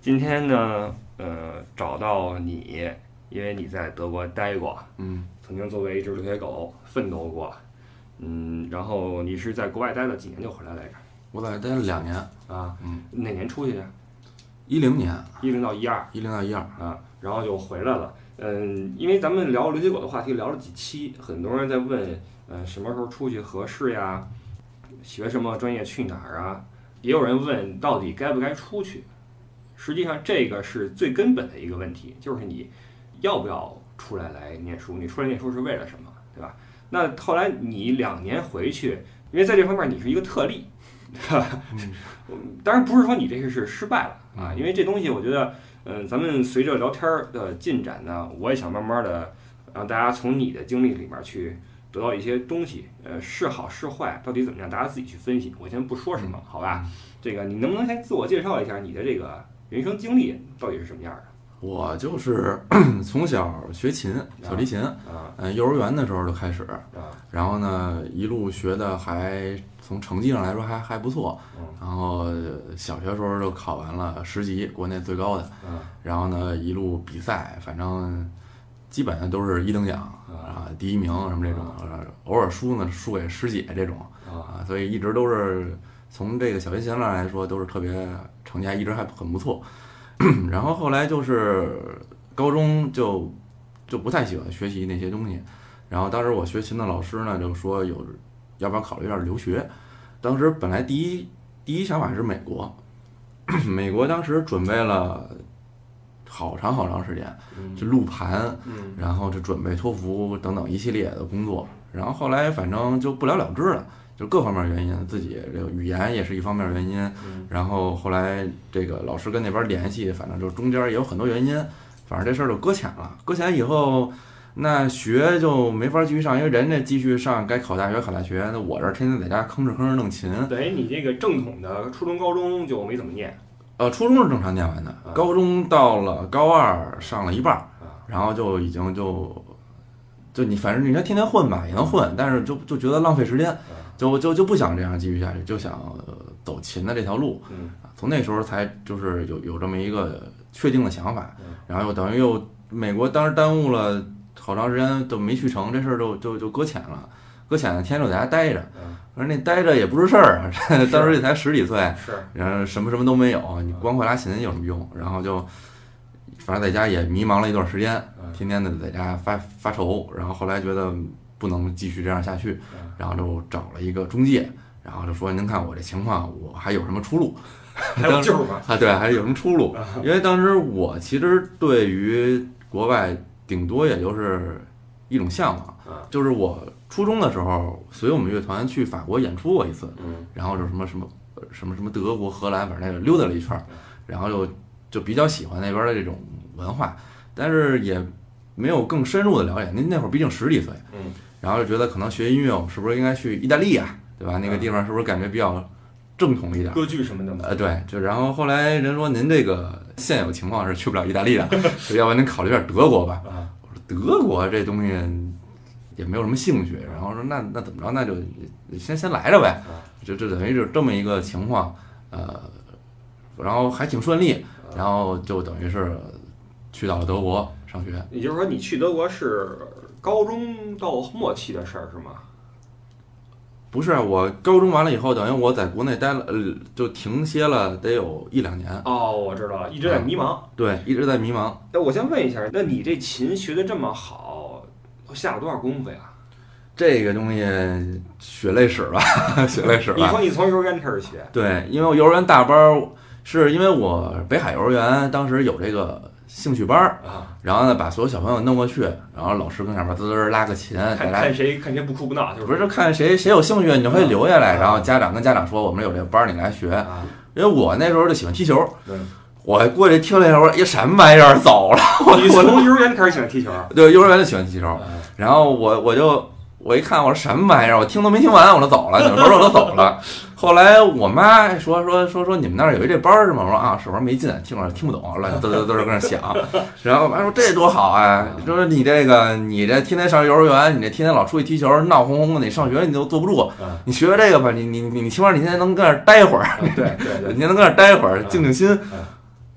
今天呢，找到你，因为你在德国待过，曾经作为一只留学狗奋斗过，然后你是在国外待了几年就回来来着？ 我在待了2年啊，哪年出去的 ？10年 ，10到12，10 到12 啊，然后就回来了。因为咱们聊留学狗的话题聊了几期，很多人在问，什么时候出去合适呀？学什么专业去哪儿啊？也有人问到底该不该出去。实际上这个是最根本的一个问题，就是你要不要出来念书？你出来念书是为了什么，对吧？那后来你2年回去，因为在这方面你是一个特例，对吧？当然不是说你这个是失败了啊，因为这东西我觉得，咱们随着聊天的进展呢，我也想慢慢的让大家从你的经历里面去得到一些东西，是好是坏，到底怎么样，大家自己去分析。我先不说什么，好吧？这个你能不能先自我介绍一下你的这个人生经历到底是什么样的？ 我就是从小学琴，小提琴，幼儿园的时候就开始，然后呢一路学的还从成绩上来说还不错，然后小学时候就考完了10级，国内最高的，然后呢一路比赛，反正基本上都是1等奖啊，第1名什么这种，偶尔输呢输给师姐这种啊，所以一直都是从这个小提琴上来说都是特别成绩还一直还很不错。然后后来就是高中就不太喜欢学习那些东西，然后当时我学琴的老师呢就说要不要考虑一下留学。当时本来第一想法是美国，美国当时准备了好长时间，就录盘，然后就准备托福等等一系列的工作，然后后来反正就不了了之了。就各方面原因，自己这个语言也是一方面原因，然后后来这个老师跟那边联系，反正就中间也有很多原因，反正这事儿就搁浅了。搁浅以后，那学就没法继续上，因为人家继续上该考大学考大学，那我这天天在家吭哧弄琴。 等于你这个正统的初中高中就没怎么念。 初中是正常念完的，高中到了高2上了一半，然后就已经就你反正你说天天混吧也能混，但是就觉得浪费时间。就不想这样继续下去，就想走琴的这条路。从那时候才就是有这么一个确定的想法，然后又等于美国当时耽误了好长时间都没去成，这事儿就搁浅了。搁浅了，天天就在家待着，反正那待着也不是事儿啊。当时也才10几岁，然后什么都没有，你光会拉琴有什么用？然后就反正在家也迷茫了一段时间，天天的在家发愁，然后后来觉得不能继续这样下去，然后就找了一个中介，然后就说您看我这情况，我还有什么出路？ 还有救吗？ 对，还有什么出路？因为当时我其实对于国外顶多也就是一种向往，就是我初中的时候随我们乐团去法国演出过一次，然后就什么德国、荷兰，反正那个溜达了一圈，然后就比较喜欢那边的这种文化，但是也没有更深入的了解。那会儿毕竟10几岁，然后就觉得可能学音乐，我是不是应该去意大利啊？对吧？那个地方是不是感觉比较正统一点？ 歌剧什么的吗？ 对，就然后后来人说您这个现有情况是去不了意大利的，要不然您考虑点德国吧。我说德国这东西也没有什么兴趣，然后说那怎么着，那就先来着呗。就等于是这么一个情况，然后还挺顺利，然后就等于是去到了德国上学。 也就是说，你去德国是高中到末期的事儿是吗？ 不是，我高中完了以后，等于我在国内待了，就停歇了得有1-2年。 哦，我知道了，一直在迷茫。 对，一直在迷茫。 那我先问一下，那你这琴学得这么好，下了多少功夫呀？ 这个东西血泪史吧，血泪史吧。 你说你从幼儿园开始学？ 对，因为我幼儿园大班是因为我北海幼儿园当时有这个兴趣班啊，然后呢把所有小朋友弄过去，然后老师跟上面滋拉个琴， 看谁不哭不闹， 不是看谁有兴趣你就可以留下来，然后家长跟家长说我们有这个班你来学，因为我那时候就喜欢踢球，我过去听了一下，我说什么玩意儿，走了。 你从幼儿园开始喜欢踢球？ 对，幼儿园就喜欢踢球，然后我一看，我说什么玩意儿，我听都没听完我就走了，扭头我就走了。后来我妈说你们那儿有一这班是吗？我说啊，是不是没劲，听不懂，乱嘚跟那想。然后我妈说这多好啊，说你这天天上幼儿园，你这天天老出去踢球，闹哄哄的，你上学你都坐不住。你学这个吧，你起码你天天能跟那儿待会儿， 对， 你能跟那儿待会儿，静静心。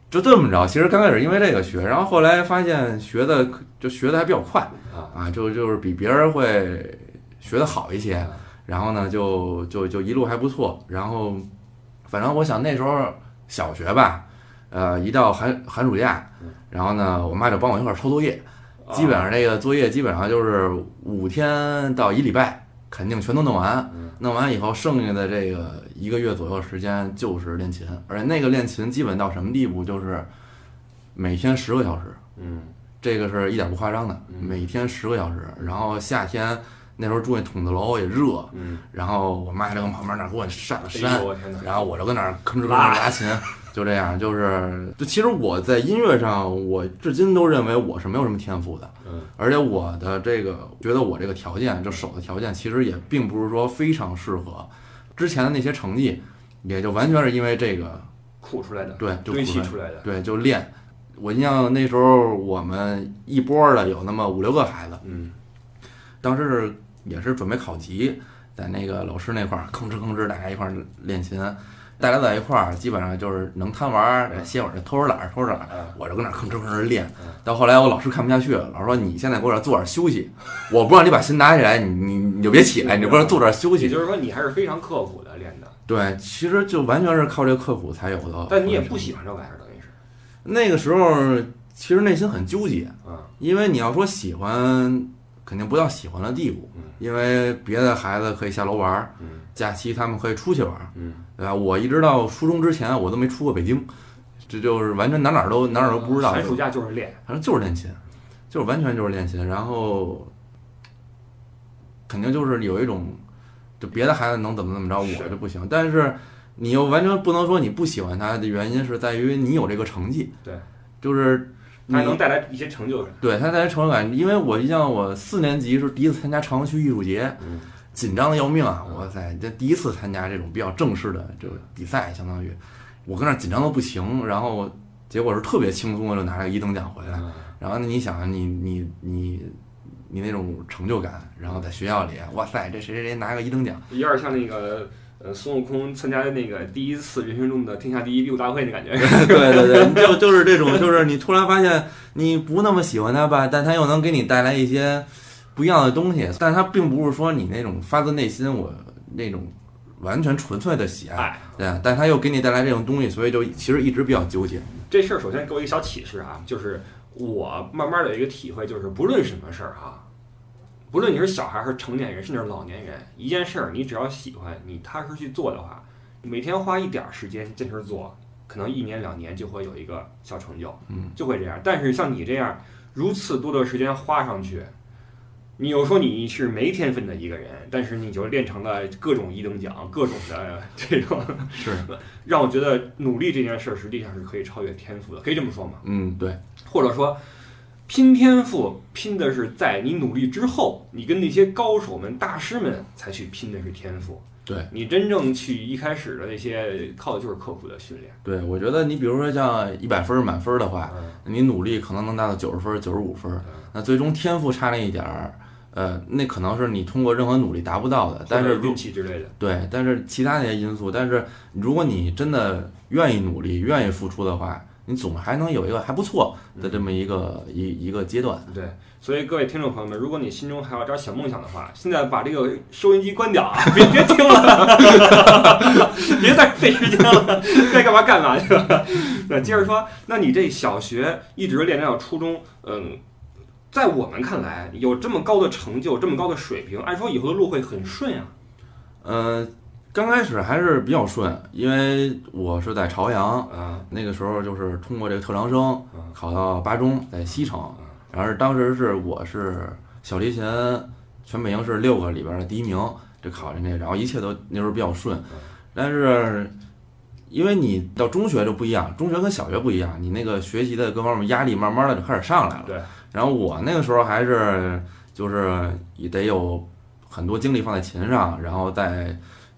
就这么着。其实刚开始因为这个学，然后后来发现学的还比较快就是比别人会学的好一些。然后呢，就一路还不错。然后反正我想那时候小学吧，一到寒暑假，然后呢，我妈就帮我一块儿抄作业。基本上这个作业基本上就是5天到1礼拜，肯定全都弄完。弄完以后，剩下的这个1个月左右时间就是练琴，而且那个练琴基本到什么地步，就是每天10个小时。这个是一点不夸张的，每天10个小时。然后夏天那时候住那筒子楼也热，然后我妈就跟旁边那给我扇，然后我就跟那吭哧拉琴。就这样，就其实我在音乐上，我至今都认为我是没有什么天赋的，而且我的这个觉得我这个条件，就手的条件，其实也并不是说非常适合。之前的那些成绩，也就完全是因为这个苦出来的， 对，就堆砌出来的， 对，就练。我印象那时候我们一波的有那么5、6个孩子，当时也是准备考级，在那个老师那块儿吭哧大家一块儿练琴。大家在一块儿，基本上就是能贪玩，歇会儿偷着懒，我就跟那吭哧练。到后来我老师看不下去了，老师说你现在给我这坐着休息，我不让你把琴拿起来，你就别起来，你就给我坐着休息。 也就是说你还是非常刻苦的练的。 对，其实就完全是靠这个刻苦才有的。 但你也不喜欢这玩意儿，等于是。 那个时候其实内心很纠结，因为你要说喜欢，肯定不到喜欢的地步，因为别的孩子可以下楼玩，假期他们可以出去玩，对吧？我一直到初中之前，我都没出过北京，这就是完全哪儿都不知道。 寒暑假就是练， 反正就是练琴，就是完全就是练琴。然后肯定就是有一种，就别的孩子能怎么着，我就不行。但是你又完全不能说你不喜欢他的原因是在于你有这个成绩， 对， 就是它能带来一些成就感。 对，它带来成就感。因为我印象我4年级是第一次参加朝阳区艺术节。紧张的要命啊！哇塞，这第一次参加这种比较正式的这个比赛，相当于我跟那紧张的不行，然后结果是特别轻松的就拿了个1等奖回来。然后你想，你那种成就感，然后在学校里，哇塞，这谁拿个1等奖， 有点像那个孙悟空参加的那个第一次人生中的天下第一比武大会的感觉。 对，就是这种，就是你突然发现你不那么喜欢他吧，但他又能给你带来一些不一样的东西，但它并不是说你那种发自内心我那种完全纯粹的喜爱，对，但它又给你带来这种东西，所以就其实一直比较纠结。 这事儿首先给我一个小启示啊，就是我慢慢的有一个体会，就是不论什么事儿哈，不论你是小孩还是成年人，甚至是老年人，一件事儿你只要喜欢，你踏实去做的话，每天花一点时间坚持做，可能1年2年就会有一个小成就，就会这样。但是像你这样如此多的时间花上去。你有说你是没天分的一个人，但是你就练成了各种1等奖，各种的这种， 是让我觉得努力这件事实际上是可以超越天赋的，可以这么说吗？ 对。 或者说，拼天赋拼的是在你努力之后，你跟那些高手们、大师们才去拼的是天赋。 对， 你真正去一开始的那些靠的就是刻苦的训练。 对，我觉得你比如说像100分满分的话，你努力可能能达到90分、95分，那最终天赋差那一点儿。那可能是你通过任何努力达不到的，但是运气之类的， 对，但是其他那些因素，但是如果你真的愿意努力、愿意付出的话，你总还能有一个还不错的这么一个阶段。 对，所以各位听众朋友们，如果你心中还有点小梦想的话，现在把这个收音机关掉啊，别听了，别再费时间了，该干嘛干嘛去了。那接着说，那你这小学一直练到初中，在我们看来，有这么高的成就，这么高的水平，按说以后的路会很顺啊。 刚开始还是比较顺，因为我是在朝阳，那个时候就是通过这个特长生考到8中，在西城，然后当时我是小提琴全北京市6个里边的第1名，就考进去，然后一切都那时候比较顺。但是因为你到中学就不一样，中学跟小学不一样，你那个学习的各方面压力慢慢的就开始上来了。 对。 然后我那个时候还是就是也得有很多精力放在琴上，然后在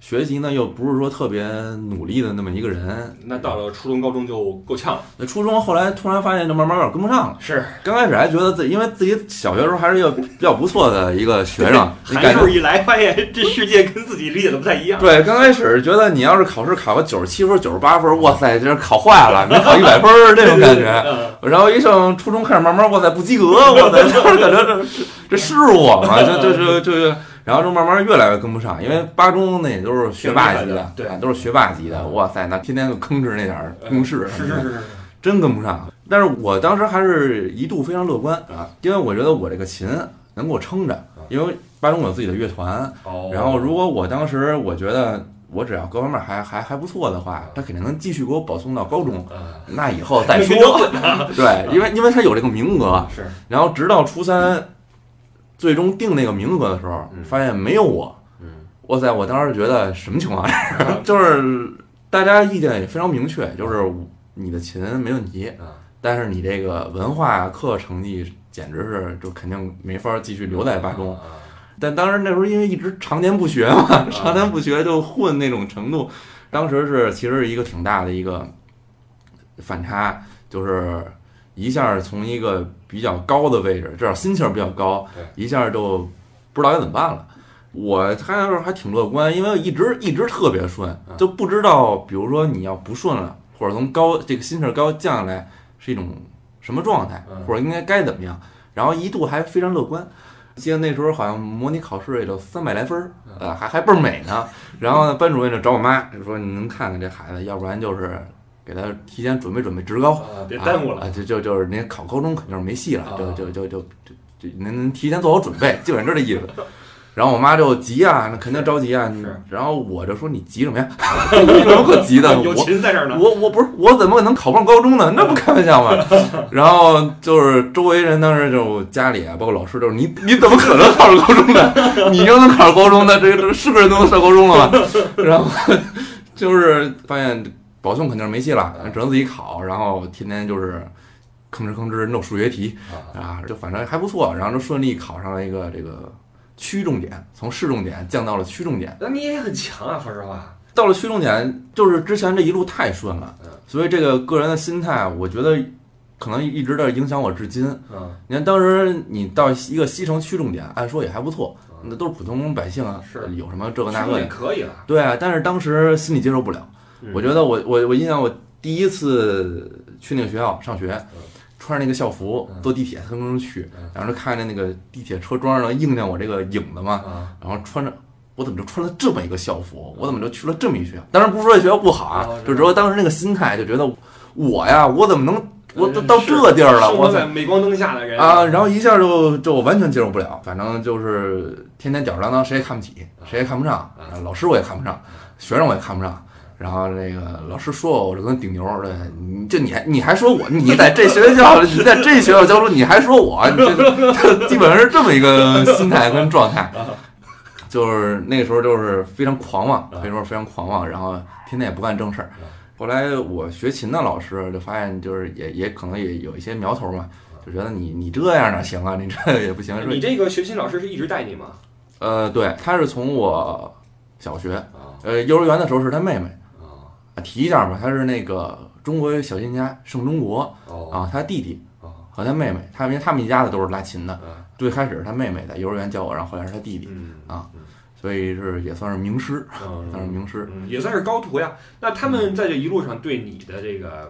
学习呢又不是说特别努力的那么一个人。 那到了初中高中就够呛了。 那初中后来突然发现就慢慢有点跟不上了。 是， 刚开始还觉得因为自己小学的时候还是一个比较不错的一个学生， 函数一来发现这世界跟自己理解的不太一样。 对，刚开始觉得你要是考试考个97分98分，哇塞，这考坏了，没考100分这种感觉。然后一上初中开始慢慢，哇塞，不及格，哇塞，就是感觉这是我吗？就。然后就慢慢越来越跟不上，因为八中那也都是学霸级的， 对， 都是学霸级的，哇塞，那天天就吭哧那点公式， 是， 真跟不上。但是我当时还是一度非常乐观啊，因为我觉得我这个琴能给我撑着，因为八中有自己的乐团，然后如果我当时我觉得我只要各方面还不错的话，他肯定能继续给我保送到高中，那以后再说。对，因为他有这个名额， 是， 然后直到初三。最终定那个名额的时候，发现没有我。哇塞！我当时觉得什么情况？就是大家意见也非常明确，就是你的琴没问题，但是你这个文化课成绩简直是就肯定没法继续留在八中。但当时那时候因为一直常年不学嘛，常年不学就混那种程度，当时其实是一个挺大的一个反差，就是一下从一个比较高的位置，至少心气儿比较高，一下就不知道该怎么办了。我开始还挺乐观，因为一直特别顺，就不知道比如说你要不顺了，或者从高这个心气儿高降下来是一种什么状态，或者应该怎么样。然后一度还非常乐观，记得那时候好像模拟考试也就300来分，还倍儿美呢。然后呢，班主任就找我妈，就说你能看看这孩子，要不然就是给他提前准备职高， 别耽误了。 就是您考高中肯定是没戏了，就您提前做好准备，基本上就这意思。然后我妈就急啊，那肯定着急啊。然后我就说你急什么呀？有什么可急的？ 有琴在这儿呢。 我不是我怎么能考不上高中呢？那不开玩笑吗？然后就是周围人当时就家里啊，包括老师，就是你怎么可能考上高中呢？你就能考上高中呢？这是个人都能上高中了吗？然后就是发现保送肯定是没戏了，只能自己考。然后天天就是吭哧弄数学题啊，就反正还不错，然后就顺利考上了一个这个区重点，从市重点降到了区重点。 那你也很强啊，说实话。 到了区重点，就是之前这一路太顺了，所以这个个人的心态，我觉得可能一直在影响我至今。你看当时你到一个西城区重点，按说也还不错，那都是普通百姓啊，有什么这个那个也可以了。 对啊，但是当时心里接受不了。我觉得我印象，我第一次去那个学校上学。穿着那个校服坐地铁腾去，然后就看着那个地铁车桩上映着我这个影子嘛，然后穿着，我怎么就穿了这么一个校服？我怎么就去了这么一学校？当然不是说这学校不好啊，就说当时那个心态就觉得我呀，我怎么能我都到这地儿了？我在镁光灯下的人啊，然后一下就完全接受不了，反正就是天天吊儿郎当，谁也看不起，谁也看不上，老师我也看不上，学生我也看不上。然后那个老师说我这跟顶牛的，你还说我，你在这学校教书，你还说我，这基本上是这么一个心态跟状态，就是那个时候就是非常狂妄，可以说非常狂妄，然后天天也不干正事儿。后来我学琴的老师就发现，就是也可能也有一些苗头嘛，就觉得你这样哪行啊，你这也不行。 你这个学琴老师是一直带你吗？ 对，他是从我小学，幼儿园的时候是他妹妹。提一下吧，他是那个中国小琴家盛中国他弟弟和他妹妹，因为他们一家子都是拉琴的。最开始是他妹妹在幼儿园教我，然后后来是他弟弟所以也算是名师，算是名师， 也算是高徒呀。那他们在这一路上对你的这个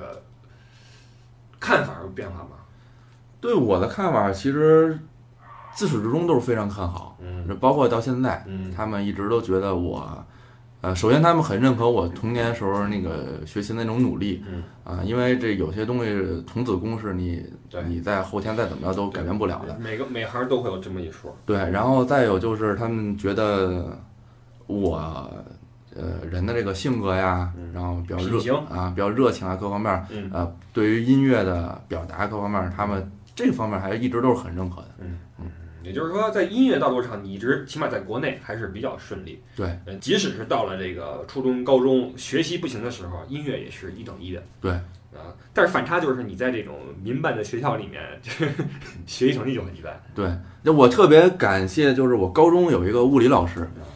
看法有变化吗？ 对我的看法，其实自始至终都是非常看好，包括到现在，他们一直都觉得我。首先他们很认可我童年时候那个学习那种努力，因为这有些东西童子功是你在后天再怎么样都改变不了的， 每行都会有这么一说。 对，然后再有就是他们觉得我人的这个性格呀，然后比较热情啊，各方面对于音乐的表达各方面，他们这方面还一直都是很认可的。 也就是说，在音乐道路上，你一直起码在国内还是比较顺利。 对， 即使是到了这个初中、高中学习不行的时候，音乐也是一等一的。 对， 但是反差就是你在这种民办的学校里面，学习成绩就很一般。 对，我特别感谢，就是我高中有一个物理老师，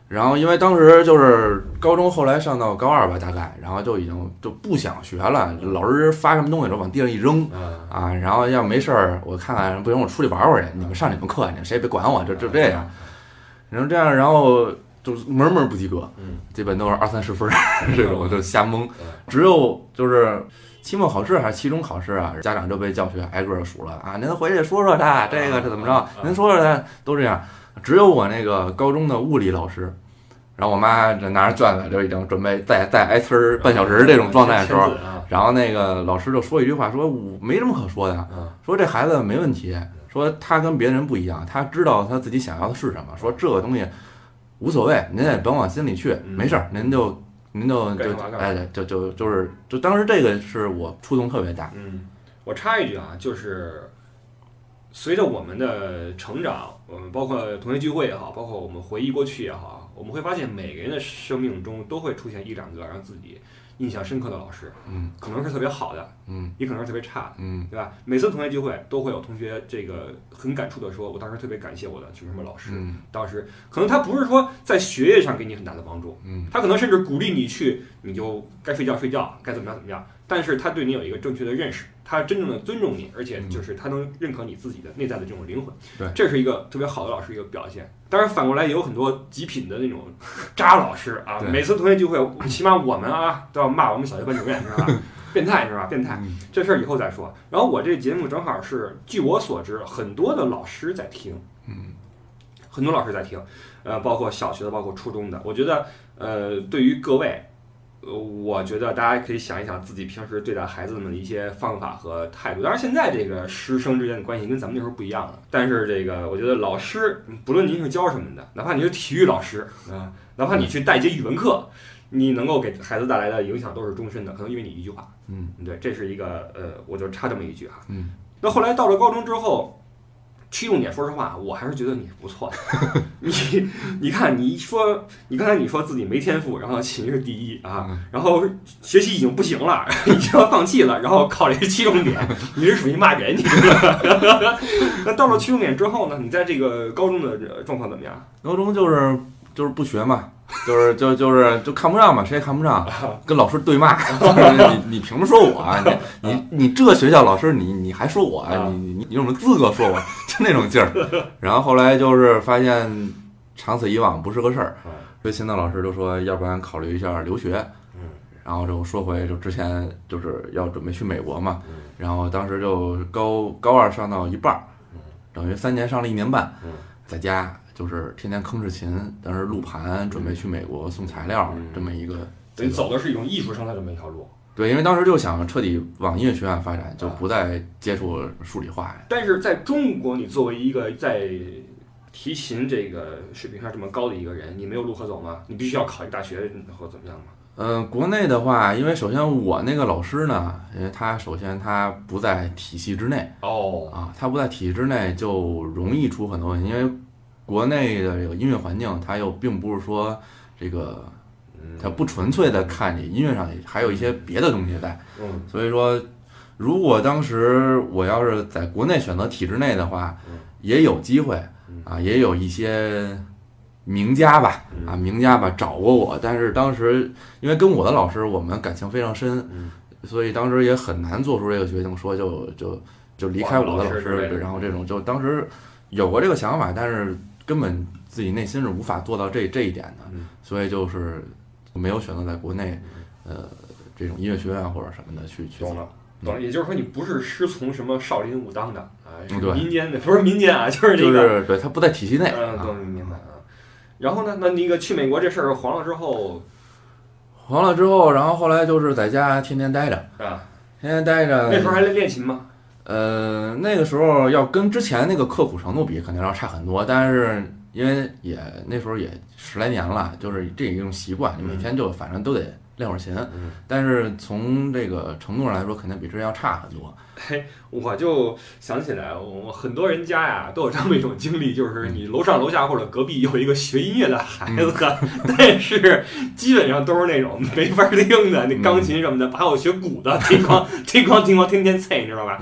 然后因为当时就是高中，后来上到高2吧，大概，然后就已经就不想学了，老师发什么东西都往地上一扔啊，然后要没事儿我看看不行，我出去玩玩去，你们上你们课，你们谁也别管我，就这样，然后这样，然后就门不及格，基本都是20-30分这种，就瞎蒙，只有就是期末考试还是期中考试啊，家长就被叫去挨个数了啊，您回去说说他这个是怎么着，您说说他，都这样。只有我那个高中的物理老师，然后我妈这拿着卷子就已经准备再挨呲半小时这种状态的时候，然后那个老师就说一句话，说我没什么可说的，说这孩子没问题，说他跟别人不一样，他知道他自己想要的是什么，说这个东西无所谓，您也甭往心里去，没事儿，您就哎就当时这个是我触动特别大。 我插一句啊，就是随着我们的成长，包括同学聚会也好，包括我们回忆过去也好，我们会发现每个人的生命中都会出现1-2个让自己印象深刻的老师，可能是特别好的，也可能是特别差的，对吧？每次同学聚会都会有同学这个很感触的说，我当时特别感谢我的什么老师，当时可能他不是说在学业上给你很大的帮助，他可能甚至鼓励你去，你就该睡觉睡觉，该怎么样，但是他对你有一个正确的认识，他真正的尊重你，而且就是他能认可你自己的内在的这种灵魂，这是一个特别好的老师一个表现。当然反过来也有很多极品的那种渣老师啊，每次同学聚会，起码我们啊都要骂我们小学班主任，知道吧？变态是吧？变态，这事儿以后再说。然后我这节目正好是，据我所知，很多的老师在听，很多老师在听，包括小学的，包括初中的。我觉得，对于各位。我觉得大家可以想一想自己平时对待孩子们的一些方法和态度。当然，现在这个师生之间的关系跟咱们那时候不一样了。但是这个，我觉得老师，不论您是教什么的，哪怕你是体育老师啊，哪怕你去带一节语文课，你能够给孩子带来的影响都是终身的。可能因为你一句话，对，这是一个我就插这么一句哈。那后来到了高中之后。驱动点，说实话，我还是觉得你不错的。你看，你刚才你说自己没天赋，然后琴是第一啊，然后学习已经不行了，已经要放弃了，然后考了一个驱动点，你是属于骂人，你知道吗？那到了驱动点之后呢？你在这个高中的状况怎么样？ 高中就是不学嘛。就看不上嘛，谁也看不上，跟老师对骂，你凭什么说我啊？你这学校老师你还说我啊？你有什么资格说我？就那种劲儿。然后后来就是发现长此以往不是个事儿，所以现在老师都说要不然考虑一下留学。然后就说回就之前就是要准备去美国嘛，然后当时就高2上到一半，等于3年上了1年半，在家。就是天天吭哧琴，当时录盘，准备去美国送材料，这么一个。 所以走的是一种艺术生的这么一条路。 对，因为当时就想彻底往音乐学院发展，就不再接触数理化。 但是在中国，你作为一个在提琴这个水平上这么高的一个人，你没有路可走吗？你必须要考一个大学或怎么样吗？ 国内的话，因为首先我那个老师呢，因为他首先他不在体系之内，他不在体系之内就容易出很多问题，因为。国内的这个音乐环境，它又并不是说这个，它不纯粹的看你音乐上还有一些别的东西在。所以说，如果当时我要是在国内选择体制内的话，也有机会啊，也有一些名家吧找过我，但是当时因为跟我的老师我们感情非常深，所以当时也很难做出这个决定，说就离开我的老师，然后这种就当时有过这个想法，但是。根本自己内心是无法做到这一点的，所以就是没有选择在国内，这种音乐学院或者什么的去。 懂了。也就是说，你不是师从什么少林武当的啊，是民间的，不是民间啊，就是这个， 对，他不在体系内。 明白啊。然后呢，那个去美国这事儿黄了之后， 然后后来就是在家天天待着啊，那时候还练琴吗？ 那个时候要跟之前那个刻苦程度比，肯定要差很多。但是因为那时候也10来年了，就是这一种习惯，你每天就反正都得练会儿琴。但是从这个程度上来说，肯定比之前要差很多。 我就想起来，我很多人家呀都有这么一种经历，就是你楼上楼下或者隔壁有一个学音乐的孩子，但是基本上都是那种没法听的，那钢琴什么的，还有学鼓的，叮咣，天天啐，你知道吧？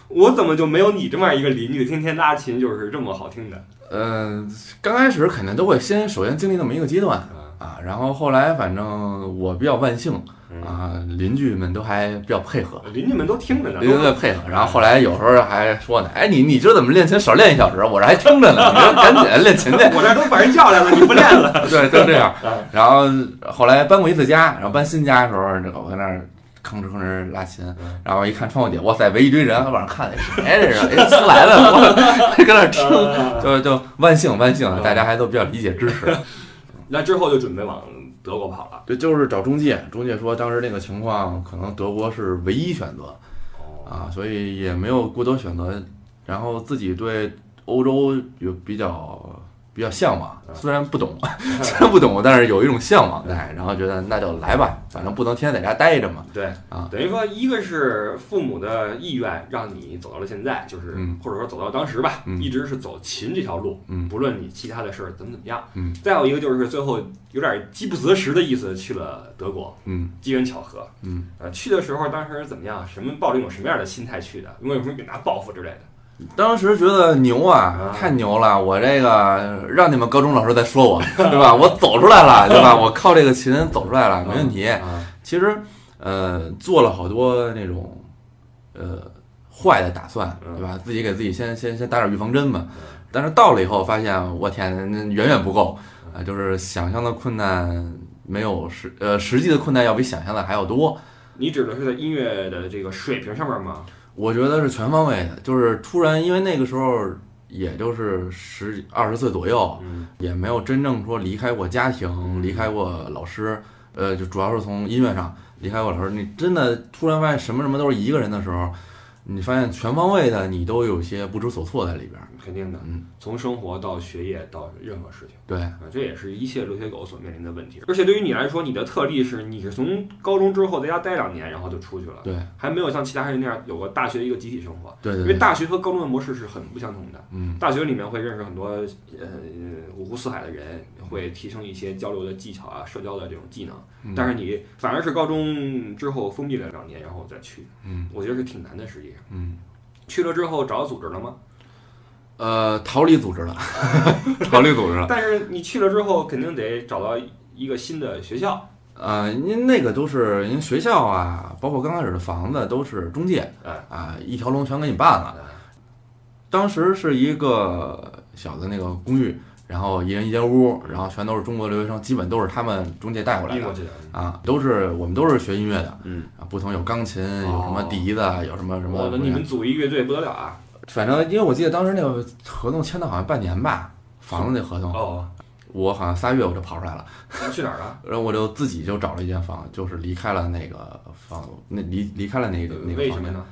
我怎么就没有你这么一个邻居，天天拉琴就是这么好听的？ 刚开始肯定都会首先经历那么一个阶段啊，然后后来反正我比较万幸啊，邻居们都还比较配合， 邻居们都听着呢， 邻居们配合。然后后来有时候还说呢，哎，你这怎么练琴少练1小时？我这还听着呢，你说赶紧练琴去。 我这都把人叫来了，你不练了？ 对，都这样。然后后来搬过一次家，然后搬新家的时候，我在那儿吭哧拉琴，然后一看窗户底，哇塞，围一堆人，往上看，谁这是？哎，新来的，我搁那听，就万幸，大家还都比较理解支持。 那之后就准备往德国跑了。 对，就是找中介说当时那个情况可能德国是唯一选择，啊，所以也没有过多选择，然后自己对欧洲有比较向往，虽然不懂，但是有一种向往在，然后觉得那就来吧，反正不能天天在家待着嘛。 对啊，等于说一个是父母的意愿让你走到了现在，就是或者说走到当时吧，一直是走琴这条路，不论你其他的事儿怎么样。再有一个就是最后有点饥不择食的意思，去了德国，机缘巧合，去的时候当时怎么样？抱着一种什么样的心态去的？有没有什么拿抱负之类的？ 当时觉得牛啊，太牛了！我这个让你们高中老师再说我，对吧？我走出来了，对吧？我靠这个琴走出来了，没问题。其实，做了好多那种，坏的打算，对吧？自己给自己先打点预防针嘛。但是到了以后发现，我天，远远不够啊！就是想象的困难没有实际的困难要比想象的还要多。 你指的是在音乐的这个水平上面吗？ 我觉得是全方位的，就是突然，因为那个时候也就是20岁左右，也没有真正说离开过家庭，离开过老师，就主要是从音乐上离开过老师。你真的突然发现什么都是一个人的时候，你发现全方位的你都有些不知所措在里边。 肯定的，从生活到学业到任何事情， 对， 这也是一切留学狗所面临的问题。而且对于你来说，你的特例是你是从高中之后在家待2年，然后就出去了，对，还没有像其他人那样有过大学一个集体生活， 对， 因为大学和高中的模式是很不相同的。大学里面会认识很多五湖四海的人，会提升一些交流的技巧啊，社交的这种技能。但是你反而是高中之后封闭了2年，然后再去，我觉得是挺难的，实际上。去了之后找到组织了吗？ 逃离组织了， 但是你去了之后，肯定得找到一个新的学校。 因那个都是因为学校啊，包括刚开始的房子都是中介，一条龙全给你办了。当时是一个小的那个公寓，然后一人一间屋，然后全都是中国留学生，基本都是他们中介带过来的啊，我们都是学音乐的，不同有钢琴，有什么笛子，有什么。 你们组一乐队不得了啊！ 反正因为我记得当时那个合同签的好像半年吧，房子那合同。我好像3月我就跑出来了。 去哪儿了？ 然后我就自己就找了一间房，就是离开了那个房，离开了那个为什么呢？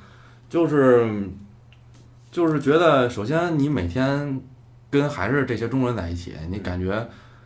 就是觉得，首先你每天跟还是这些中国人在一起，你感觉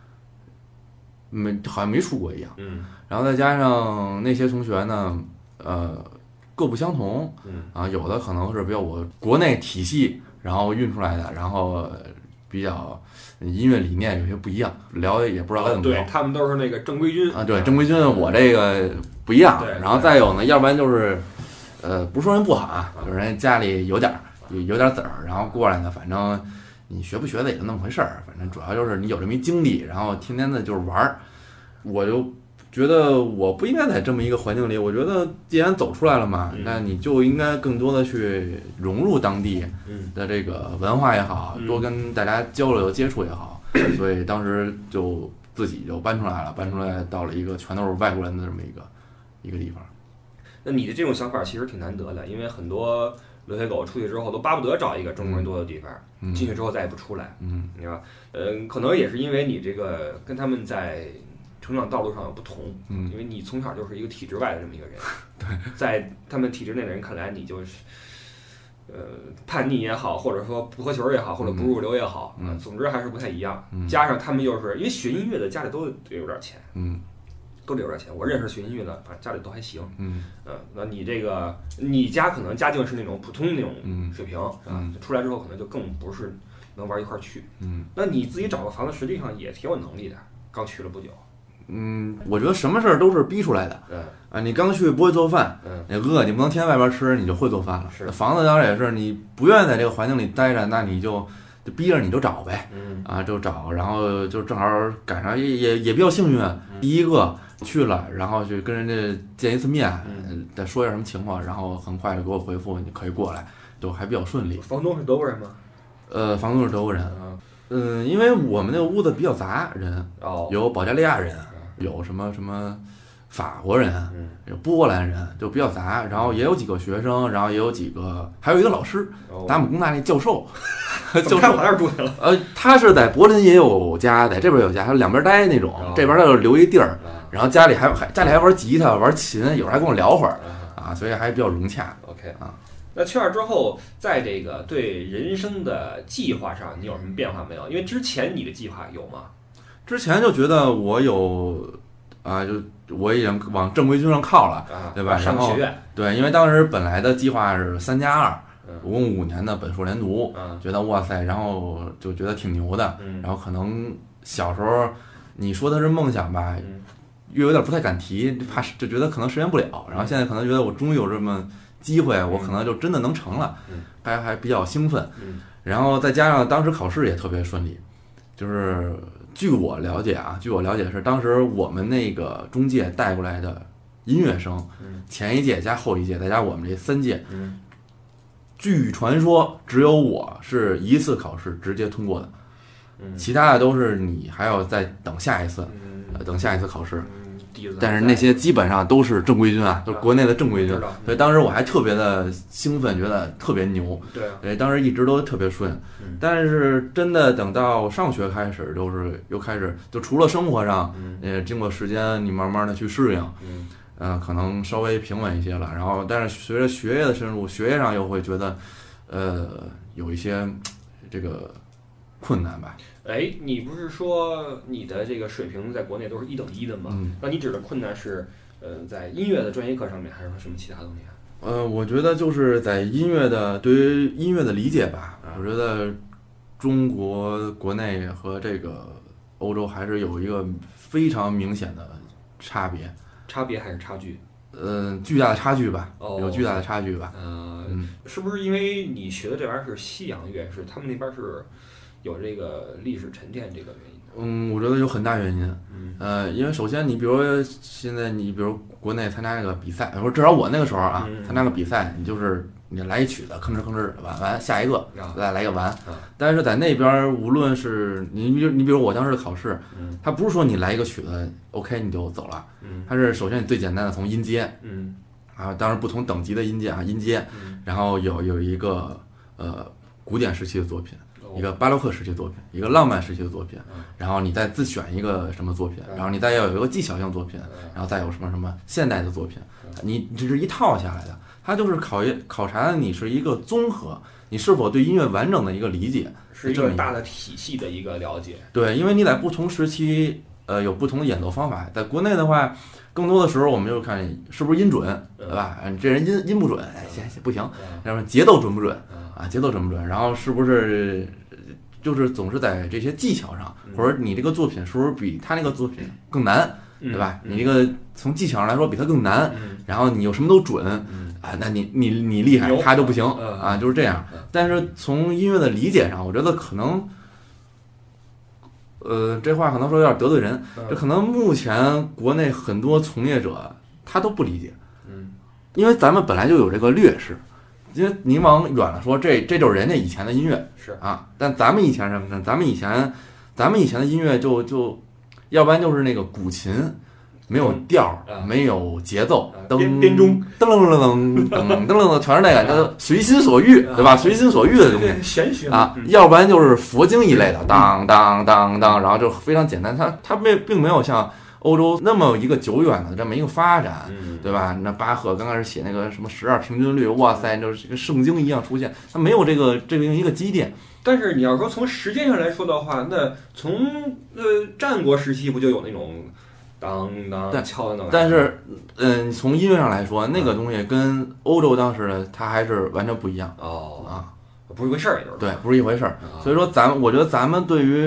好像没出国一样。然后再加上那些同学呢，各不相同，有的可能是比较我国内体系然后运出来的，然后比较音乐理念有些不一样，聊也不知道该怎么聊。 对，他们都是那个正规军啊，对，正规军，我这个不一样。然后再有呢，要不然就是，不是说人不好啊，就是人家里有点子儿，然后过来呢，反正你学不学的也就那么回事儿，反正主要就是你有这么一经历，然后天天的就是玩儿，我就觉得我不应该在这么一个环境里。我觉得既然走出来了嘛，那你就应该更多的去融入当地的这个文化也好，多跟大家交流接触也好。所以当时就自己就搬出来到了一个全都是外国人的这么一个地方。 那你的这种想法其实挺难得的，因为很多留学狗出去之后都巴不得找一个中国人多的地方，进去之后再也不出来，对吧？可能也是因为你这个跟他们在成长道路上有不同，因为你从小就是一个体制外的这么一个人， 对， 在他们体制内的人看来，你就是叛逆也好，或者说不合群也好，或者不入流也好，总之还是不太一样。加上他们又是因为学音乐的家里都得有点钱，都得有点钱。我认识学音乐的，反正家里都还行，那你家可能家境是那种普通那种水平，出来之后可能就更不是能玩一块去。那你自己找个房子，实际上也挺有能力的，刚去了不久。 我觉得什么事儿都是逼出来的。你刚去不会做饭，你饿，你不能天天外边吃，你就会做饭了。 是， 房子当然也是，你不愿意在这个环境里待着，那你就逼着你就找呗。就找，然后就正好赶上也比较幸运，第一个去了，然后就跟人家见一次面，再说一下什么情况，然后很快就给我回复，你可以过来，就还比较顺利。 房东是德国人吗？ 房东是德国人。因为我们那个屋子比较杂，人有保加利亚人，有什么法国人，有波兰人，就比较杂。然后也有几个学生，然后也有几个，还有一个老师，达姆工大那教授。 就跑那儿住去了。 他是在柏林也有家，在这边有家，他两边待那种。这边他就留一地儿，然后家里还玩吉他、玩琴，有时候还跟我聊会儿所以还比较融洽。 OK 那去那之后，在这个对人生的计划上，你有什么变化没有？因为之前你的计划有吗？ 之前就觉得我有就我已经往正规军上靠了，对吧？ 上学院。 对，因为当时本来的计划是3+2。共5年的本硕连读，觉得哇塞，然后就觉得挺牛的，然后可能小时候你说的是梦想吧，又有点不太敢提，怕就觉得可能实现不了，然后现在可能觉得我终于有这么机会，我可能就真的能成了，还比较兴奋，然后再加上当时考试也特别顺利，就是据我了解是当时我们那个中介带过来的音乐生，前一届加后一届再加我们这3届。据传说，只有我是一次考试直接通过的，其他的都是你还要再等下一次，考试。但是那些基本上都是正规军都是国内的正规军，所以当时我还特别的兴奋，觉得特别牛。对，当时一直都特别顺。但是真的等到上学开始，又开始就除了生活上，经过时间你慢慢的去适应。可能稍微平稳一些了，然后但是随着学业的深入，学业上又会觉得，有一些这个困难吧。 你不是说你的这个水平在国内都是1等1的吗？那你指的困难是，在音乐的专业课上面，还是说什么其他东西我觉得就是在对于音乐的理解吧。我觉得中国国内和这个欧洲还是有一个非常明显的差别。 差别还是差距？ 巨大的差距吧，有巨大的差距吧。 是不是因为你学的这玩意儿是西洋乐，是他们那边是有这个历史沉淀这个原因的？我觉得有很大原因。因为首先你比如现在你比如国内参加那个比赛，或者至少我那个时候参加个比赛，你来一曲子吭哧完下一个再来一个完。但是在那边无论是你比如我当时的考试，他不是说你来一个曲子 OK 你就走了，他是首先你最简单的从音阶，当然不同等级的音阶，然后有一个古典时期的作品，一个巴洛克时期的作品，一个浪漫时期的作品，然后你再自选一个什么作品，然后你再要有一个技巧性作品，然后再有什么现代的作品，你这是一套下来的。它就是考察的你是一个综合，你是否对音乐完整的一个理解， 是一个大的体系的一个了解。 对，因为你在不同时期，有不同的演奏方法。在国内的话，更多的时候我们就看是不是音准，对吧？这人音不准，不行。然后节奏准不准节奏准不准？然后是不是就是总是在这些技巧上，或者你这个作品是不是比他那个作品更难，对吧？你这个从技巧上来说比他更难，然后你有什么都准。那你厉害，他就不行就是这样。但是从音乐的理解上，我觉得可能，这话可能说有点得罪人，这可能目前国内很多从业者他都不理解，因为咱们本来就有这个劣势，因为你往远了说，这就是人家以前的音乐是但咱们以前什么呢？咱们以前的音乐就要不然就是那个古琴。没有调，没有节奏， 编钟， 噔噔噔噔噔噔，全是那个，叫随心所欲，对吧？随心所欲的东西， 玄学要不然就是佛经一类的，当当当当，然后就非常简单。它并没有像欧洲那么一个久远的这么一个发展，对吧？那巴赫刚开始写那个什么12平均律，哇塞，就是跟圣经一样出现，它没有这个一个积淀。 但是你要说从时间上来说的话，那从战国时期不就有那种？当敲的， 但是，从音乐上来说，那个东西跟欧洲当时的它还是完全不一样不是一回事儿，也就是对，不是一回事儿。所以说，我觉得咱们对于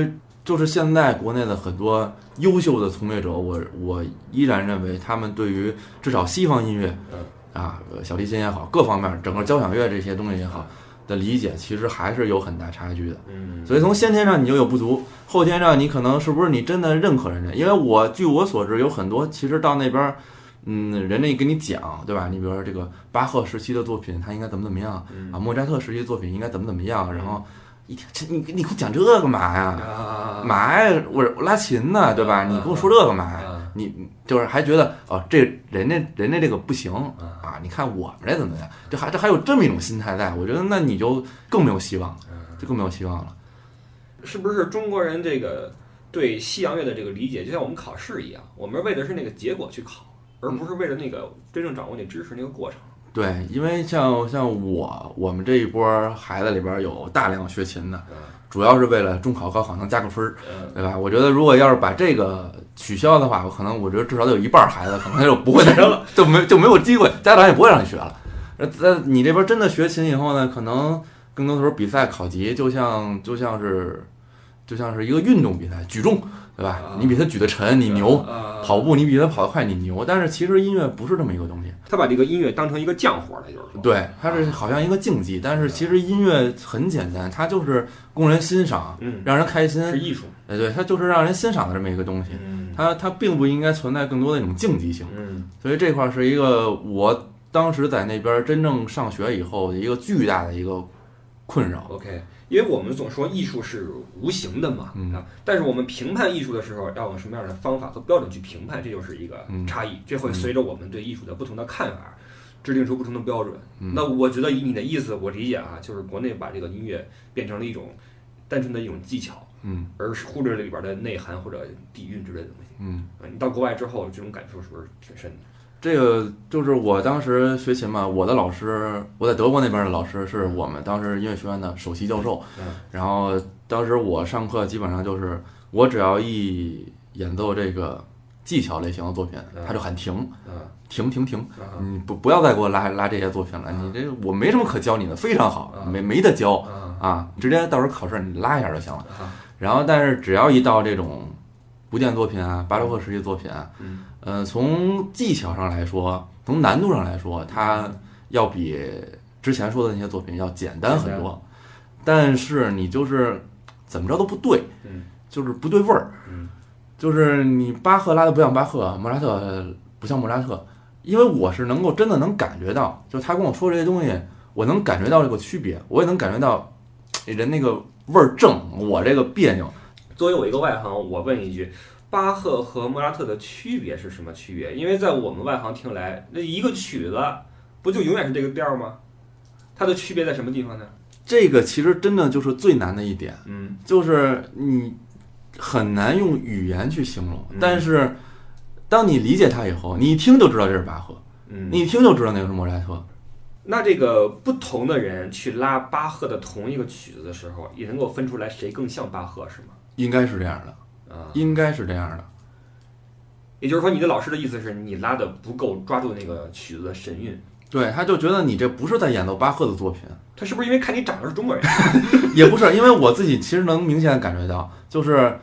就是现在国内的很多优秀的从业者，我依然认为他们对于至少西方音乐，小提琴也好，各方面整个交响乐这些东西也好的理解，其实还是有很大差距的。所以从先天上你就有不足，后天上你可能是不是你真的认可人家？因为据我所知，有很多其实到那边。人家跟你讲，对吧？你比如说这个巴赫时期的作品，他应该怎么样啊？莫扎特时期的作品应该怎么样？然后一听你给我讲这干嘛呀？嘛呀？我拉琴呢，对吧？你跟我说这干嘛呀？你就是还觉得这人家这个不行啊？你看我们这怎么样？这还有这么一种心态在，我觉得那你就更没有希望，就更没有希望了。 是不是中国人这个对西洋乐的这个理解，就像我们考试一样，我们为的是那个结果去考？而不是为了那个真正掌握那知识那个过程。 对，因为像我们这一波孩子里边有大量学琴的，主要是为了中考高考能加个分儿，对吧？我觉得如果要是把这个取消的话，我觉得至少得有一半孩子可能就不会学了，就没有机会，家长也不会让你学了。在你这边真的学琴以后呢，可能更多的时候比赛考级就像是一个运动比赛，举重。对吧？你比他举得沉，你牛；跑步你比他跑得快，你牛。但是其实音乐不是这么一个东西， 他把这个音乐当成一个匠活了，就是说， 对，它是好像一个竞技，但是其实音乐很简单，它就是供人欣赏，让人开心， 是艺术。 对，它就是让人欣赏的这么一个东西。它并不应该存在更多的那种竞技性。所以这块是一个我当时在那边真正上学以后一个巨大的一个困扰。 OK。因为我们总说艺术是无形的嘛，但是我们评判艺术的时候要用什么样的方法和标准去评判，这就是一个差异。这会随着我们对艺术的不同的看法，制定出不同的标准。那我觉得以你的意思，我理解就是国内把这个音乐变成了一种单纯的一种技巧，而是忽略了里边的内涵或者底蕴之类的东西。你到国外之后，这种感受是不是挺深的？ 这个就是我当时学琴嘛，我的老师，我在德国那边的老师是我们当时音乐学院的首席教授。然后当时我上课基本上就是我只要一演奏这个技巧类型的作品，他就喊停，停，你不要再给我拉这些作品了，你这我没什么可教你的，非常好，没得教啊，直接到时候考试你拉一下就行了。然后但是只要一到这种古典作品巴洛克时期作品从技巧上来说，从难度上来说，它要比之前说的那些作品要简单很多。但是你就是怎么着都不对，就是不对味儿。就是你巴赫拉的不像巴赫，莫扎特不像莫扎特，因为我是真的能感觉到，就他跟我说这些东西，我能感觉到这个区别，我也能感觉到人那个味儿正，我这个别扭。 作为我一个外行，我问一句。巴赫和莫扎特的区别是什么区别？因为在我们外行听来，那一个曲子不就永远是这个调吗？它的区别在什么地方呢？ 这个其实真的就是最难的一点，就是你很难用语言去形容，但是当你理解它以后，你一听就知道这是巴赫，你一听就知道那个是莫扎特。 那这个不同的人去拉巴赫的同一个曲子的时候，也能够分出来谁更像巴赫，是吗？ 应该是这样的。应该是这样的， 也就是说，你的老师的意思是你拉的不够抓住那个曲子的神韵。 对，他就觉得你这不是在演奏巴赫的作品。 他是不是因为看你长得是中国人？ 也不是，因为我自己其实能明显感觉到，就是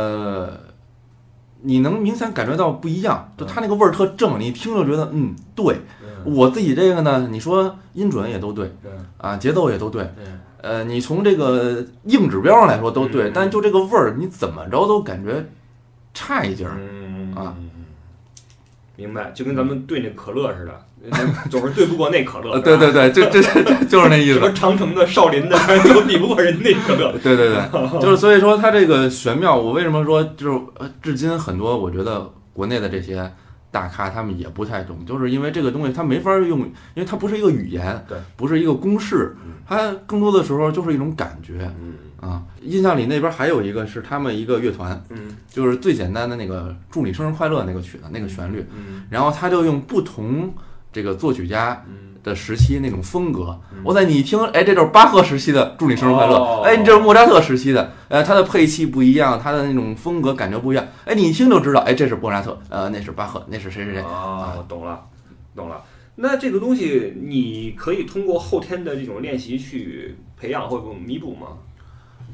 你能明显感觉到不一样，就他那个味儿特正，你听着觉得对。我自己这个呢，你说音准也都对，节奏也都对。你从这个硬指标上来说都对，但就这个味儿，你怎么着都感觉差一截儿明白，就跟咱们对那可乐似的，总是对不过那可乐。 对，就是那意思。 什么长城的、少林的，都比不过人那可乐。 对，就是所以说它这个玄妙，我为什么说就是至今很多我觉得国内的这些大咖他们也不太懂，就是因为这个东西它没法用，因为它不是一个语言， 对， 不是一个公式，它更多的时候就是一种感觉。印象里那边还有一个是他们一个乐团，就是最简单的那个祝你生日快乐那个曲子那个旋律，然后他就用不同这个作曲家的时期那种风格，我在你一听，这就是巴赫时期的祝你生日快乐，你这是莫扎特时期的，他的配器不一样，他的那种风格感觉不一样，你一听就知道，这是莫扎特，那是巴赫，那是谁。 懂了。那这个东西你可以通过后天的这种练习去培养或弥补吗？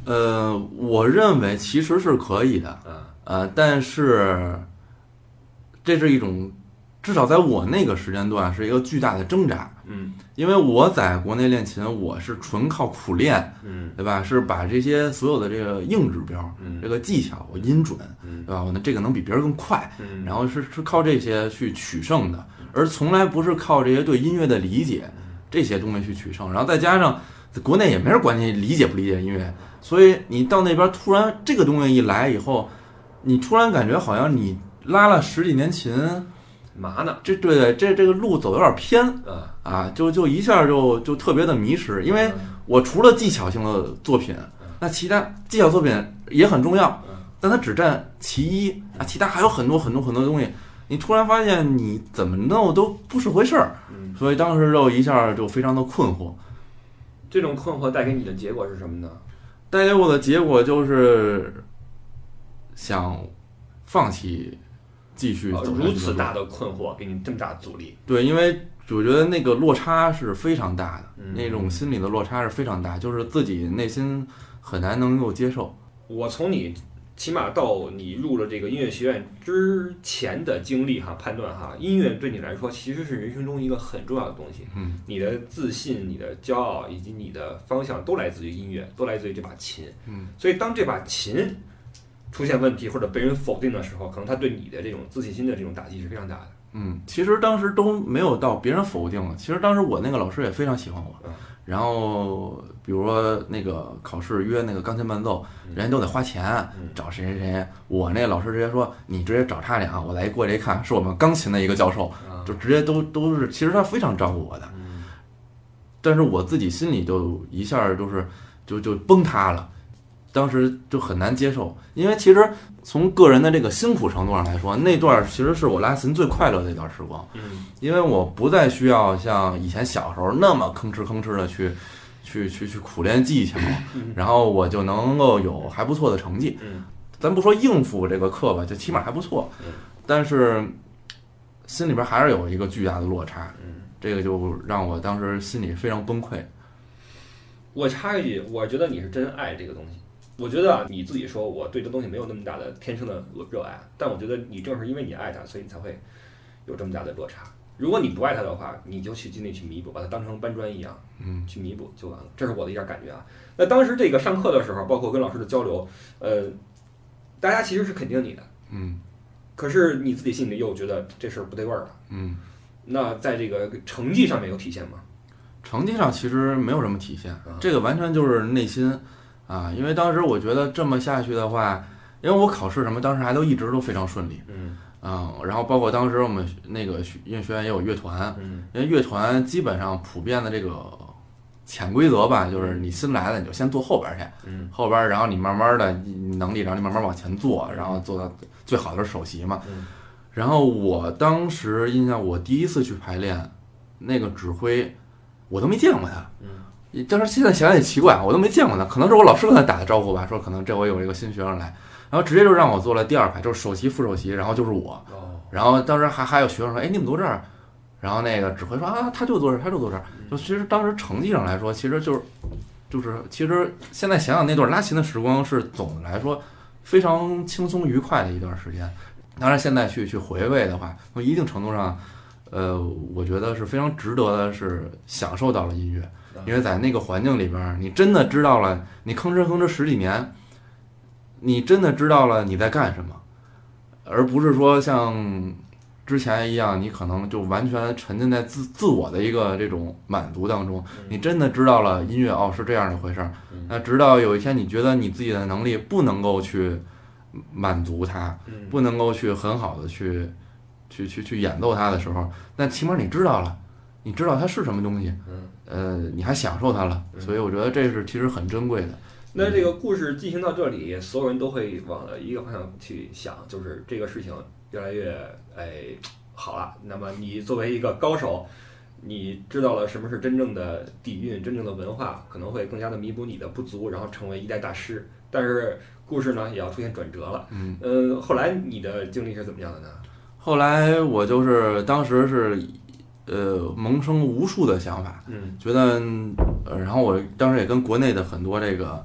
我认为其实是可以的，但是这是一种，至少在我那个时间段是一个巨大的挣扎，因为我在国内练琴，我是纯靠苦练，对吧？是把这些所有的这个硬指标，这个技巧，我音准，对吧？我这个能比别人更快，然后是靠这些去取胜的，而从来不是靠这些对音乐的理解这些东西去取胜，然后再加上国内也没人管你理解不理解音乐。所以你到那边突然这个东西一来以后，你突然感觉好像你拉了10几年琴， 嘛呢？ 这个路走有点偏，就一下就特别的迷失。因为我除了技巧性的作品，那其他技巧作品也很重要，但它只占其一啊，其他还有很多东西。你突然发现你怎么弄都不是回事儿，所以当时就一下就非常的困惑。 这种困惑带给你的结果是什么呢？ 带给我的结果就是想放弃继续走如此大的困惑给你这么大的阻力。 对，因为我觉得那个落差是非常大的，那种心理的落差是非常大，就是自己内心很难能够接受。 我从你起码到你入了这个音乐学院之前的经历判断音乐对你来说其实是人生中一个很重要的东西。你的自信、你的骄傲以及你的方向都来自于音乐，都来自于这把琴。所以当这把琴出现问题或者被人否定的时候，可能它对你的这种自信心的这种打击是非常大的。 其实当时都没有到别人否定了，其实当时我那个老师也非常喜欢我。然后比如说那个考试约那个钢琴伴奏，人家都得花钱找谁，我那个老师直接说你直接找他俩，我来过来一看是我们钢琴的一个教授，就直接都是，其实他非常照顾我的。但是我自己心里就一下就崩塌了，当时就很难接受。因为其实从个人的这个辛苦程度上来说，那段其实是我拉琴最快乐的一段时光。因为我不再需要像以前小时候那么吭哧的去苦练技巧，然后我就能够有还不错的成绩。咱不说应付这个课吧，就起码还不错。但是心里边还是有一个巨大的落差。这个就让我当时心里非常崩溃。 我插一句，我觉得你是真爱这个东西。我觉得你自己说我对这东西没有那么大的天生的热爱，但我觉得你正是因为你爱它，所以你才会有这么大的落差。如果你不爱它的话，你就去尽力去弥补，把它当成搬砖一样，去弥补就完了。这是我的一点感觉啊。那当时这个上课的时候，包括跟老师的交流，大家其实是肯定你的，可是你自己心里又觉得这事儿不对味儿了，那在这个成绩上面有体现吗？ 成绩上其实没有什么体现，这个完全就是内心啊。因为当时我觉得这么下去的话，因为我考试什么当时还都一直都非常顺利，然后包括当时我们那个音乐学院也有乐团，因为乐团基本上普遍的这个潜规则吧，就是你新来的你就先坐后边去，后边然后你慢慢的能力，然后你慢慢往前坐，然后做到最好的是首席嘛。然后我当时印象，我第一次去排练，那个指挥我都没见过他，但是现在想想也奇怪，我都没见过他，可能是我老师跟他打的招呼吧，说可能这回有一个新学生来，然后直接就让我坐了第2排，就是首席副首席，然后就是我，然后当时还有学生说，哎，你怎么坐这儿？然后那个指挥说啊，他就坐这儿，他就坐这儿。就其实当时成绩上来说，其实其实现在想想那段拉琴的时光是总的来说非常轻松愉快的一段时间。当然现在去回味的话，从一定程度上，我觉得是非常值得的，是享受到了音乐，因为在那个环境里边，你真的知道了，你吭哧10几年，你真的知道了你在干什么，而不是说像之前一样，你可能就完全沉浸在自我的一个这种满足当中。你真的知道了音乐是这样的回事儿。那直到有一天你觉得你自己的能力不能够去满足它，不能够去很好的去演奏它的时候，那起码你知道了，你知道它是什么东西，你还享受它了。所以我觉得这是其实很珍贵的。 那这个故事进行到这里，所有人都会往一个方向去想，就是这个事情越来越好了。那么你作为一个高手，你知道了什么是真正的底蕴，真正的文化，可能会更加的弥补你的不足，然后成为一代大师。但是故事呢也要出现转折了。后来你的经历是怎么样的呢？ 后来我就是当时是萌生无数的想法，觉得然后我当时也跟国内的很多这个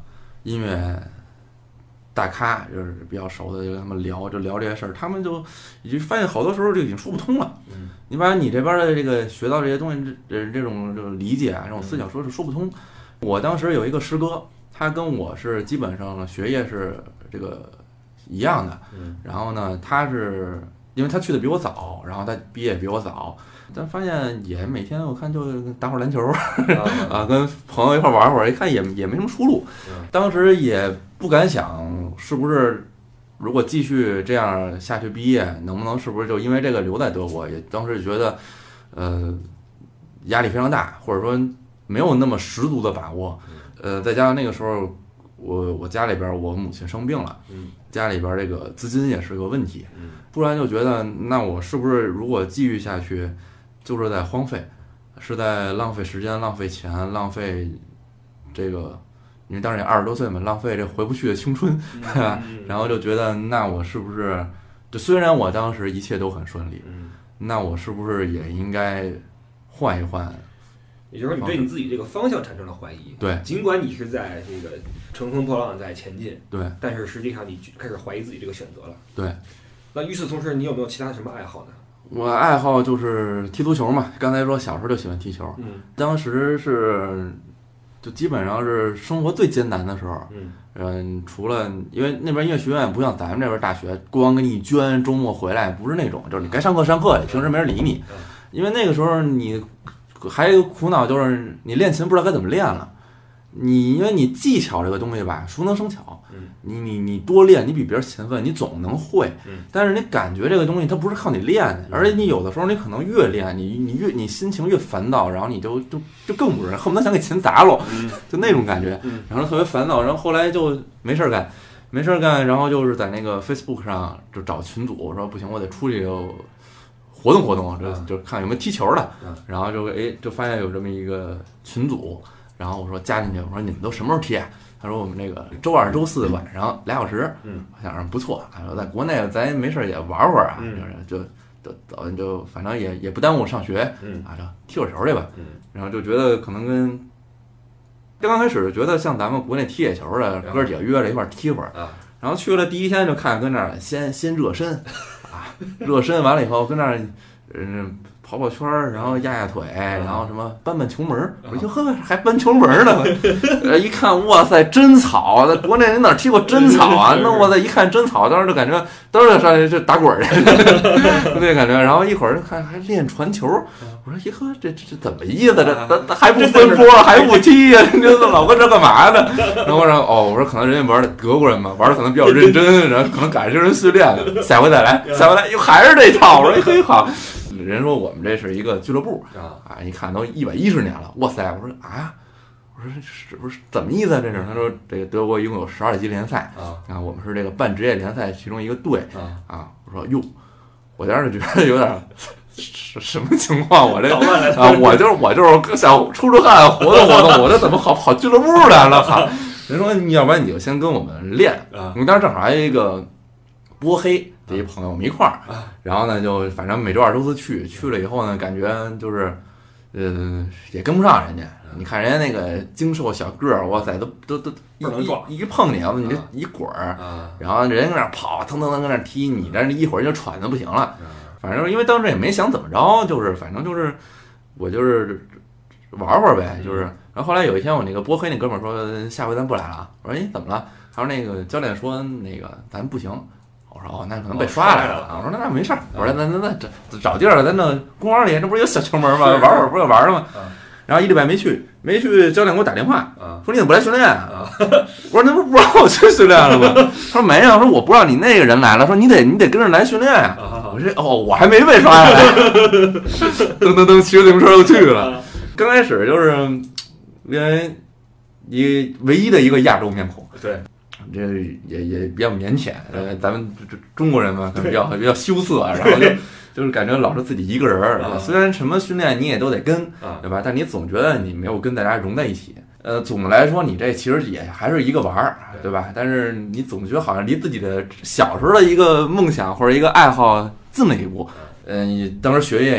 音乐大咖，就是比较熟的，就跟他们聊这些事儿，他们就已经发现好多时候就已经说不通了。你把你这边的这个学到这些东西，这种理解啊，这种思想说不通。我当时有一个师哥，他跟我是基本上学业是这个一样的，然后呢，他是因为他去的比我早，然后他毕业比我早，但发现也每天我看就打会儿篮球啊，跟朋友一块玩会儿，一看也没什么出路。当时也不敢想是不是如果继续这样下去毕业，能不能是不是就因为这个留在德国？也当时觉得压力非常大，或者说没有那么十足的把握。再加上那个时候我家里边我母亲生病了，家里边这个资金也是个问题，突然就觉得那我是不是如果继续下去就是在荒废，是在浪费时间、浪费钱、浪费这个，因为当时也20多岁嘛，浪费这回不去的青春，对吧？然后就觉得那我是不是就虽然我当时一切都很顺利，那我是不是也应该换一换？ 也就是说，你对你自己这个方向产生了怀疑。 对， 尽管你是在这个乘风破浪在前进， 对， 但是实际上你开始怀疑自己这个选择了。 对。 那与此同时，你有没有其他的什么爱好呢？ 我爱好就是踢足球嘛，刚才说小时候就喜欢踢球，当时是就基本上是生活最艰难的时候，除了因为那边音乐学院不像咱们这边大学，光给你捐，周末回来不是那种，就是你该上课上课，平时没人理你，因为那个时候你还有一个苦恼就是你练琴不知道该怎么练了，因为你技巧这个东西吧，熟能生巧，你多练，你比别人勤奋，你总能会，但是你感觉这个东西它不是靠你练的，而且你有的时候你可能越练，你心情越烦躁，然后你就更不是恨不得想给琴砸了，就那种感觉，然后特别烦躁，然后后来就没事干，然后就是在那个 Facebook 上就找群组，我说不行，我得出去活动，就看有没有踢球的，然后就发现有这么一个群组，然后我说加进去，我说你们都什么时候踢？他说我们这个周2、周4晚上2小时，我想着不错，他说在国内咱没事也玩会儿啊，就反正也不耽误上学，就踢会儿球去吧，然后就觉得可能跟刚开始觉得像咱们国内踢野球的哥几个约着一块踢会儿，然后去了第一天就看跟那儿先热身。热身完了以后跟那儿跑圈儿，然后压腿，然后什么搬球门，我就呵还搬球门呢，一看哇塞真草，在国内人哪踢过真草啊？那我再一看真草，当时就感觉都是上去就打滚去，那感觉。然后一会儿就看还练传球，我说呵这怎么意思？这还不分波，还不踢呀？你这老跟这干嘛呢？然后我说可能人家玩的德国人嘛，玩的可能比较认真，然后可能赶上人训练了，下回再来又还是这套。我说嘿好。人说我们这是一个俱乐部一看都110年了，哇塞！我说我说这不是怎么意思啊？这是他说这个德国一共有12级联赛我们是这个半职业联赛其中一个队我说哟，我当时就觉得有点什么情况？我这我就是想出汗活动，我这怎么跑俱乐部来了？哈！人说你要不然你就先跟我们练我们当时正好还有一个波黑。这一朋友我们一块儿，然后呢就反正每周2、周4去了以后呢，感觉就是也跟不上人家。你看人家那个精瘦小个儿，哇塞，都一碰你，你这一滚儿，然后人家搁那跑，腾跟那踢，你这一会儿就喘的不行了。反正因为当时也没想怎么着，就是反正就是我就是玩会儿呗，就是。然后后来有一天我那个波黑那哥们儿说下回咱不来了，我说怎么了？他说那个教练说那个咱不行。我说那可能被刷来了。我说那没事儿。我说那找地儿，咱那公园里那不是有小球门吗？玩会儿不就玩了吗？然后1礼拜没去，教练给我打电话说你怎么不来训练啊？我说那不让我去训练了吗？他说没有，说我不知道你那个人来了，说你得跟着来训练呀。我说我还没被刷下来，噔骑着自行车就去了。刚开始就是因为唯一的一个亚洲面孔， 对。 这也比较腼腆，咱们中国人嘛，比较羞涩，然后就是感觉老是自己一个人虽然什么训练你也都得跟，对吧？但你总觉得你没有跟大家融在一起。总的来说，你这其实也还是一个玩儿，对吧？但是你总觉得好像离自己的小时候的一个梦想或者一个爱好近了一步。你当时学业也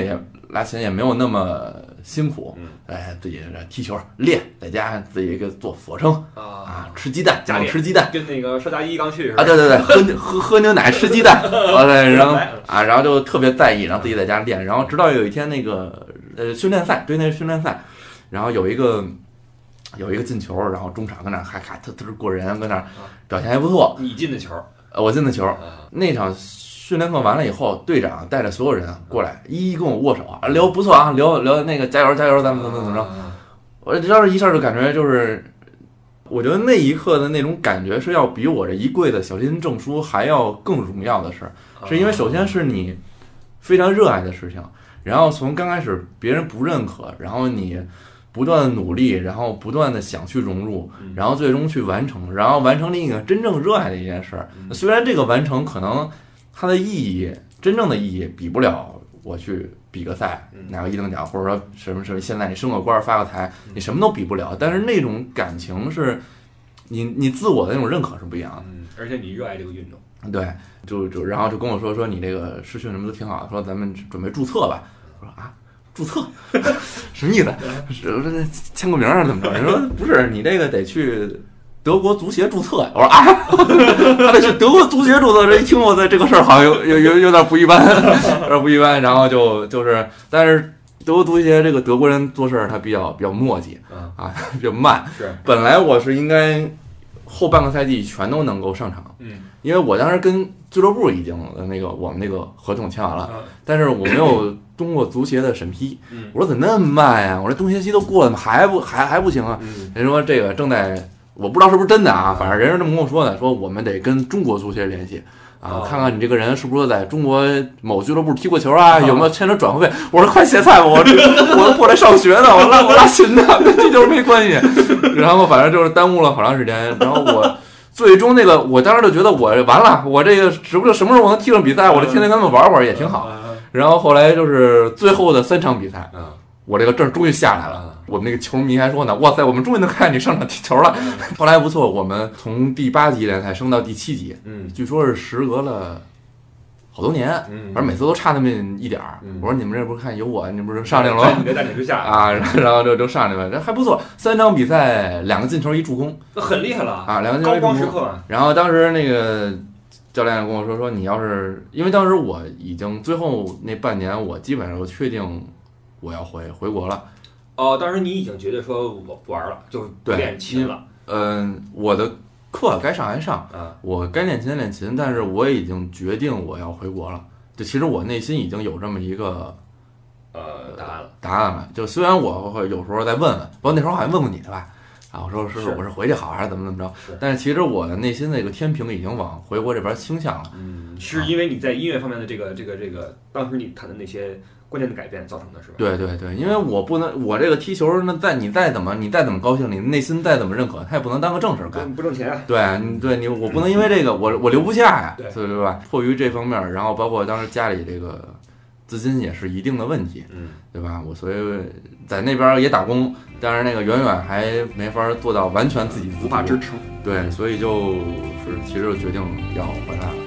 拉琴也没有那么辛苦，自己踢球练，在家自己给做俯卧撑啊，吃鸡蛋，家里吃鸡蛋， 跟那个邵佳一刚去似的啊，对，喝牛奶吃鸡蛋，对，然后就特别在意，然后自己在家练，然后直到有一天那个训练赛，对，那是训练赛，然后有一个进球，然后中场跟那还特是过人，跟那表现还不错， 你进的球， 我进的球，那场训练课完了以后，队长带着所有人过来，一一跟我握手啊，聊不错啊，聊那个加油，咱们怎么着。我当时一下就感觉就是，我觉得那一刻的那种感觉是要比我这一柜的小提琴证书还要更荣耀的事儿，是因为首先是你非常热爱的事情，然后从刚开始别人不认可，然后你不断的努力，然后不断的想去融入，然后最终去完成，然后完成另一个真正热爱的一件事儿。虽然这个完成可能它的意义，真正的意义比不了我去比个赛拿个1等奖，或者说什么现在你升个官发个财，你什么都比不了。但是那种感情是你自我的那种认可是不一样的。 而且你热爱这个运动。 对，然后就跟我说你这个试训什么都挺好的，说咱们准备注册吧。我说啊，注册什么意思？是签个名啊怎么着？人说不是，你这个得去德国足协注册呀！我说啊，他得去德国足协注册。这一听我的这个事儿，好像有点不一般，有点不一般。然后就是，但是德国足协这个德国人做事儿他比较磨叽啊，比较慢。 是， 本来我是应该后半个赛季全都能够上场，因为我当时跟俱乐部已经我们那个合同签完了，但是我没有通过足协的审批。我说怎么那么慢呀？我这冬歇期都过了，怎么还不行啊？人说这个正在。我不知道是不是真的啊，反正人是这么跟我说的，说我们得跟中国足协联系啊，看看你这个人是不是在中国某俱乐部踢过球啊，有没有签成转会费。我说快歇菜吧，我过来上学的，我拉琴的，跟踢球没关系。然后反正就是耽误了好长时间，然后我最终我当时就觉得我完了，我这个什么时候我能踢上比赛，我这天天跟他们玩也挺好。然后后来就是最后的3场比赛，我这个证终于下来了。我们那个球迷还说呢，哇塞，我们终于能看见你上场踢球了。后来不错，我们从第8级联赛升到第7级，据说是时隔了好多年，反正每次都差那么一点儿。我说你们这不是看有我，你不是上来了吗？ 你带你就下啊，然后就上来了，这还不错。3场比赛2个进球1助攻， 那很厉害了啊，2个进球1助攻， 高光时刻。 然后当时那个教练跟我说你要是，因为当时我已经最后那半年，我基本上就确定我要回国了。 哦，当时你已经觉得说我不玩了，就练琴了。 我的课该上还上，我该练琴练琴，但是我已经决定我要回国了。就其实我内心已经有这么一个答案了。就虽然我会有时候再问问，包括那时候好像问过你的吧，啊，我说我是回去好还是怎么着？但是其实我的内心那个天平已经往回国这边倾向了。 是因为你在音乐方面的这个，当时你谈的那些关键的改变造成的是吧？ 对，因为我不能，我这个踢球，那你再怎么高兴，你内心再怎么认可，他也不能当个正事干， 不挣钱啊。 对你，我不能因为这个我留不下呀，对吧？迫于这方面，然后包括当时家里这个资金也是一定的问题，对吧？我所以在那边也打工，但是那个远远还没法做到完全自己无法支撑， 对，所以就是其实就决定要回来了。